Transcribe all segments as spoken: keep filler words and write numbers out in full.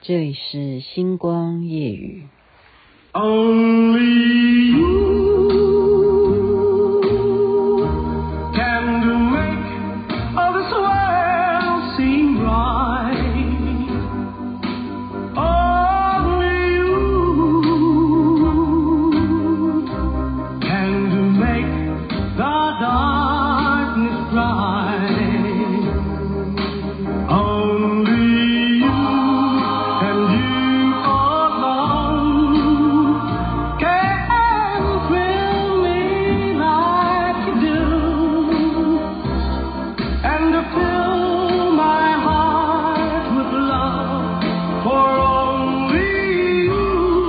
这里是星光夜语。 Only you can make all this world seem right. Only you can make the darkness bright. Only you and you alone can thrill me like you do, and fill my heart with love for only you.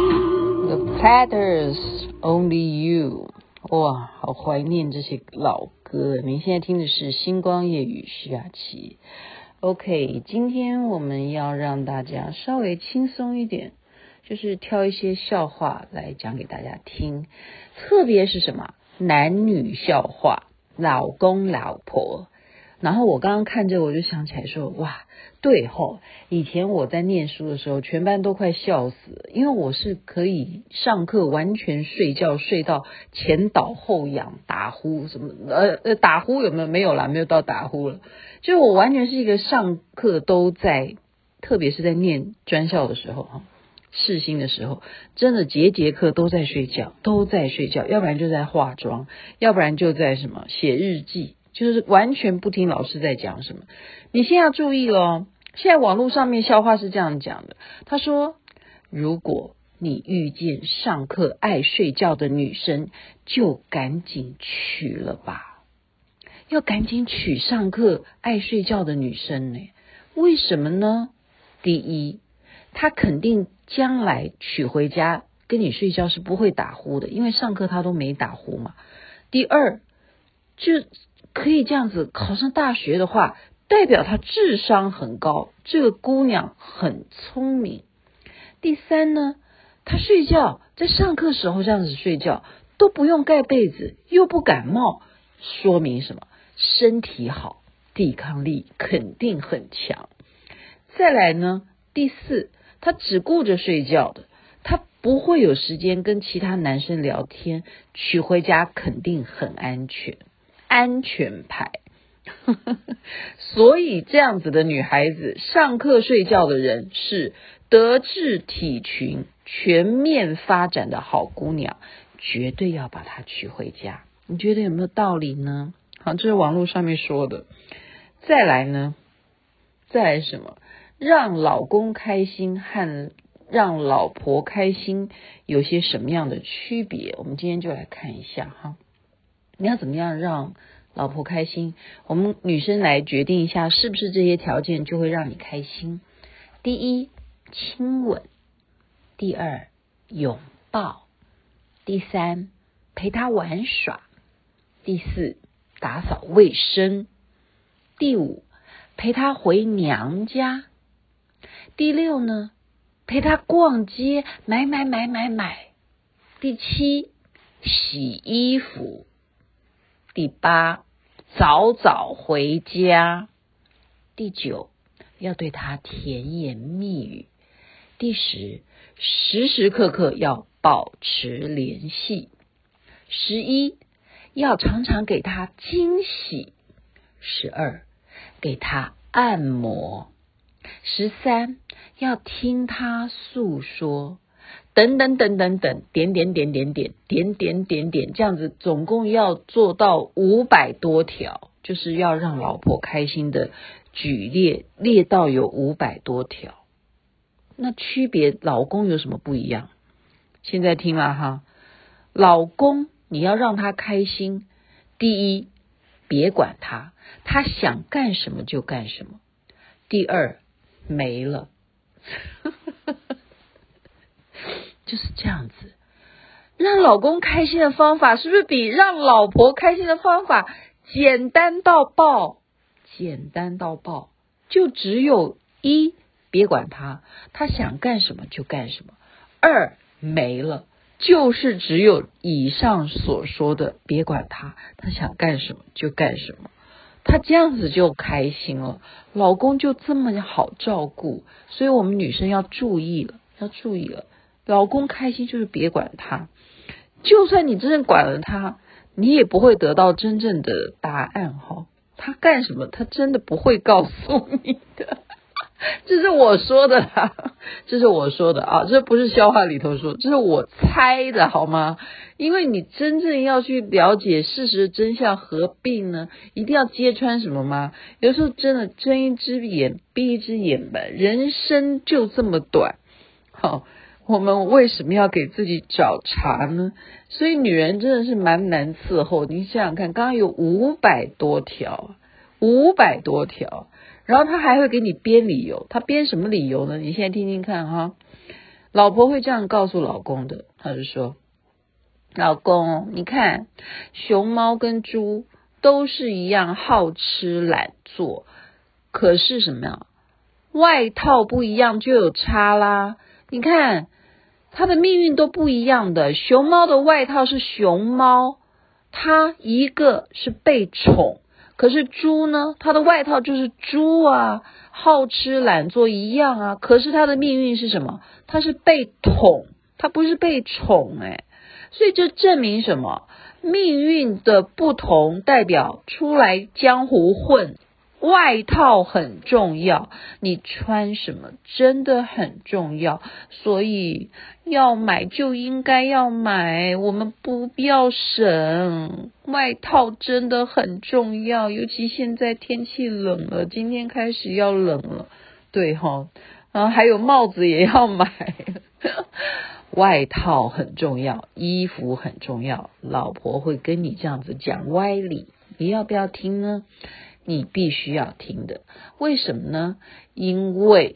The Platters, Only You。 哇，好怀念这些老歌。您现在听的是星光夜语，徐雅琪。 OK， 今天我们要让大家稍微轻松一点，就是挑一些笑话来讲给大家听，特别是什么男女笑话，老公老婆。然后我刚刚看这个我就想起来说，哇，对吼，以前我在念书的时候全班都快笑死了，因为我是可以上课完全睡觉，睡到前倒后仰打呼什么呃呃打呼有没有？没有啦，没有到打呼了，就是我完全是一个上课都在，特别是在念专校的时候哈，世新的时候，真的节节课都在睡觉，都在睡觉，要不然就在化妆，要不然就在什么写日记，就是完全不听老师在讲什么。你现在要注意咯，现在网络上面笑话是这样讲的，他说如果你遇见上课爱睡觉的女生，就赶紧娶了吧，要赶紧娶上课爱睡觉的女生呢。为什么呢？第一，她肯定将来娶回家跟你睡觉是不会打呼的，因为上课她都没打呼嘛。第二，就可以这样子考上大学的话，代表她智商很高，这个姑娘很聪明。第三呢，她睡觉在上课时候这样子睡觉都不用盖被子，又不感冒，说明什么？身体好，抵抗力肯定很强。再来呢，第四，她只顾着睡觉的，她不会有时间跟其他男生聊天，娶回家肯定很安全，安全牌。所以这样子的女孩子，上课睡觉的人是德智体群全面发展的好姑娘，绝对要把她娶回家。你觉得有没有道理呢？好，这是网络上面说的。再来呢，再来什么？让老公开心和让老婆开心有些什么样的区别？我们今天就来看一下哈。你要怎么样让老婆开心？我们女生来决定一下，是不是这些条件就会让你开心？第一，亲吻；第二，拥抱；第三，陪她玩耍；第四，打扫卫生；第五，陪她回娘家；第六呢，陪她逛街，买买买买买；第七，洗衣服；第八，早早回家；第九，要对她甜言蜜语；第十，时时刻刻要保持联系；十一，要常常给她惊喜；十二，给她按摩；十三，要听她诉说，等等等等等，点点点点点点点点点，这样子总共要做到五百多条，就是要让老婆开心的举列列到有五百多条。那区别老公有什么不一样？现在听了哈，老公你要让他开心，第一，别管他，他想干什么就干什么；第二，没了。就是这样子，让老公开心的方法是不是比让老婆开心的方法简单到爆？简单到爆，就只有一，别管他，他想干什么就干什么；二，没了，就是只有以上所说的，别管他，他想干什么就干什么。 他这样子就开心了，老公就这么好照顾。所以我们女生要注意了，要注意了，老公开心就是别管他，就算你真正管了他，你也不会得到真正的答案哈。他干什么，他真的不会告诉你的。这是我说的啦，这是我说的啊，这不是笑话里头说，这是我猜的好吗？因为你真正要去了解事实的真相，何必呢？一定要揭穿什么吗？有时候真的睁一只眼闭一只眼吧，人生就这么短。好，我们为什么要给自己找茬呢？所以女人真的是蛮难伺候。你想想看，刚刚有五百多条，五百多条。然后他还会给你编理由，他编什么理由呢？你现在听听看哈。老婆会这样告诉老公的，他就说：老公，你看，熊猫跟猪都是一样好吃懒做，可是什么呀？外套不一样就有差啦。你看，它的命运都不一样的。熊猫的外套是熊猫，它一个是被宠。可是猪呢，它的外套就是猪啊，好吃懒做一样啊，可是它的命运是什么？它是被捅，它不是被宠诶。所以这证明什么？命运的不同代表出来江湖混，外套很重要，你穿什么真的很重要，所以要买就应该要买，我们不必要省，外套真的很重要，尤其现在天气冷了，今天开始要冷了，对齁，然后还有帽子也要买外套很重要，衣服很重要，老婆会跟你这样子讲歪理，你要不要听呢？你必须要听的，为什么呢？因为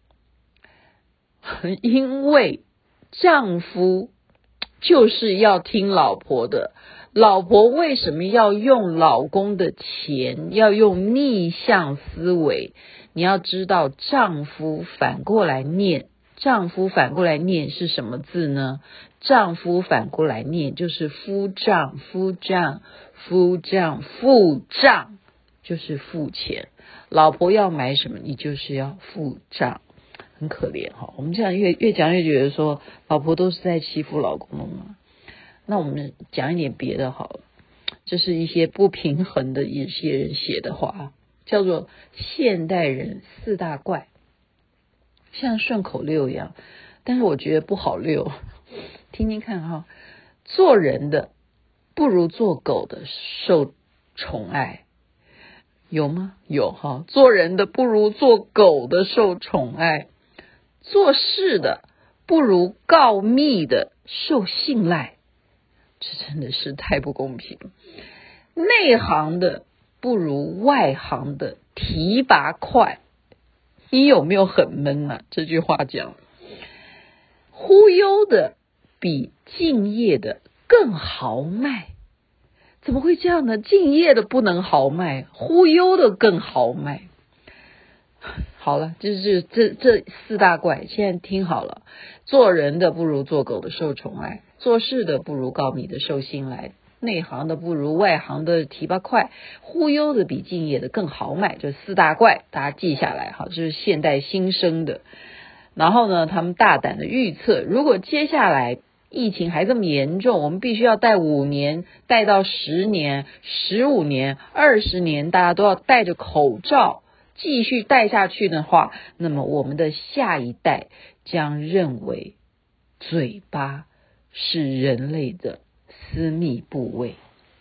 因为丈夫就是要听老婆的，老婆为什么要用老公的钱，要用逆向思维？你要知道，丈夫反过来念，丈夫反过来念是什么字呢？丈夫反过来念就是夫账，夫账，夫账，付账。就是付钱，老婆要买什么，你就是要付账，很可怜哈。我们这样越越讲越觉得说，老婆都是在欺负老公了嘛。那我们讲一点别的好了，这是一些不平衡的一些人写的话，叫做现代人四大怪，像顺口溜一样，但是我觉得不好溜。听听看哈，做人的不如做狗的受宠爱。有吗？有哈，做人的不如做狗的受宠爱，做事的不如告密的受信赖，这真的是太不公平了。内行的不如外行的提拔快，你有没有很闷啊？这句话讲，忽悠的比敬业的更豪迈。怎么会这样呢？敬业的不能豪迈，忽悠的更豪迈。好了，就是这这四大怪，现在听好了。做人的不如做狗的受宠爱，做事的不如告密的受信赖，内行的不如外行的提拔快，忽悠的比敬业的更豪迈。这四大怪大家记下来哈，这是现代新生的。然后呢，他们大胆的预测，如果接下来疫情还这么严重，我们必须要戴五年，戴到十年、十五年、二十年，大家都要戴着口罩继续戴下去的话，那么我们的下一代将认为嘴巴是人类的私密部位。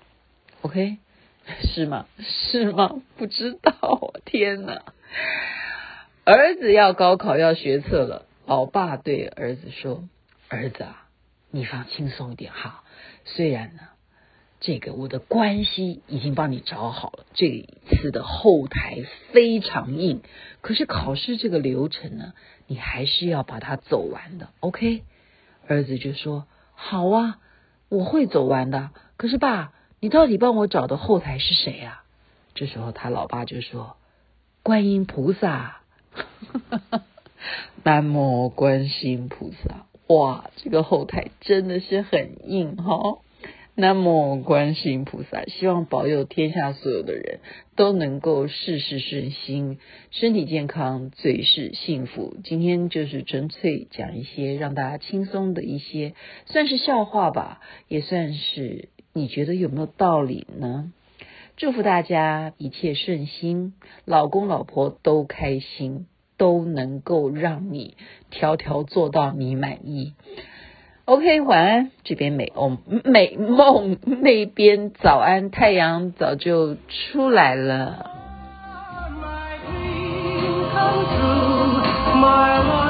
OK， 是吗？是吗？不知道，天哪！儿子要高考要学测了，老爸对儿子说，儿子啊，你放轻松一点哈，虽然呢这个我的关系已经帮你找好了，这一次的后台非常硬，可是考试这个流程呢，你还是要把它走完的 OK。 儿子就说好啊，我会走完的，可是爸，你到底帮我找的后台是谁啊？这时候他老爸就说观音菩萨南无观世音菩萨。哇，这个后台真的是很硬哈、哦。 南无观世音菩萨，希望保佑天下所有的人都能够事事顺心，身体健康，最是幸福。今天就是纯粹讲一些让大家轻松的一些，算是笑话吧，也算是你觉得有没有道理呢？祝福大家一切顺心，老公老婆都开心，都能够让你条条做到你满意。OK， 晚安，这边美哦美梦，那边早安，太阳早就出来了。 My dream come true, my love.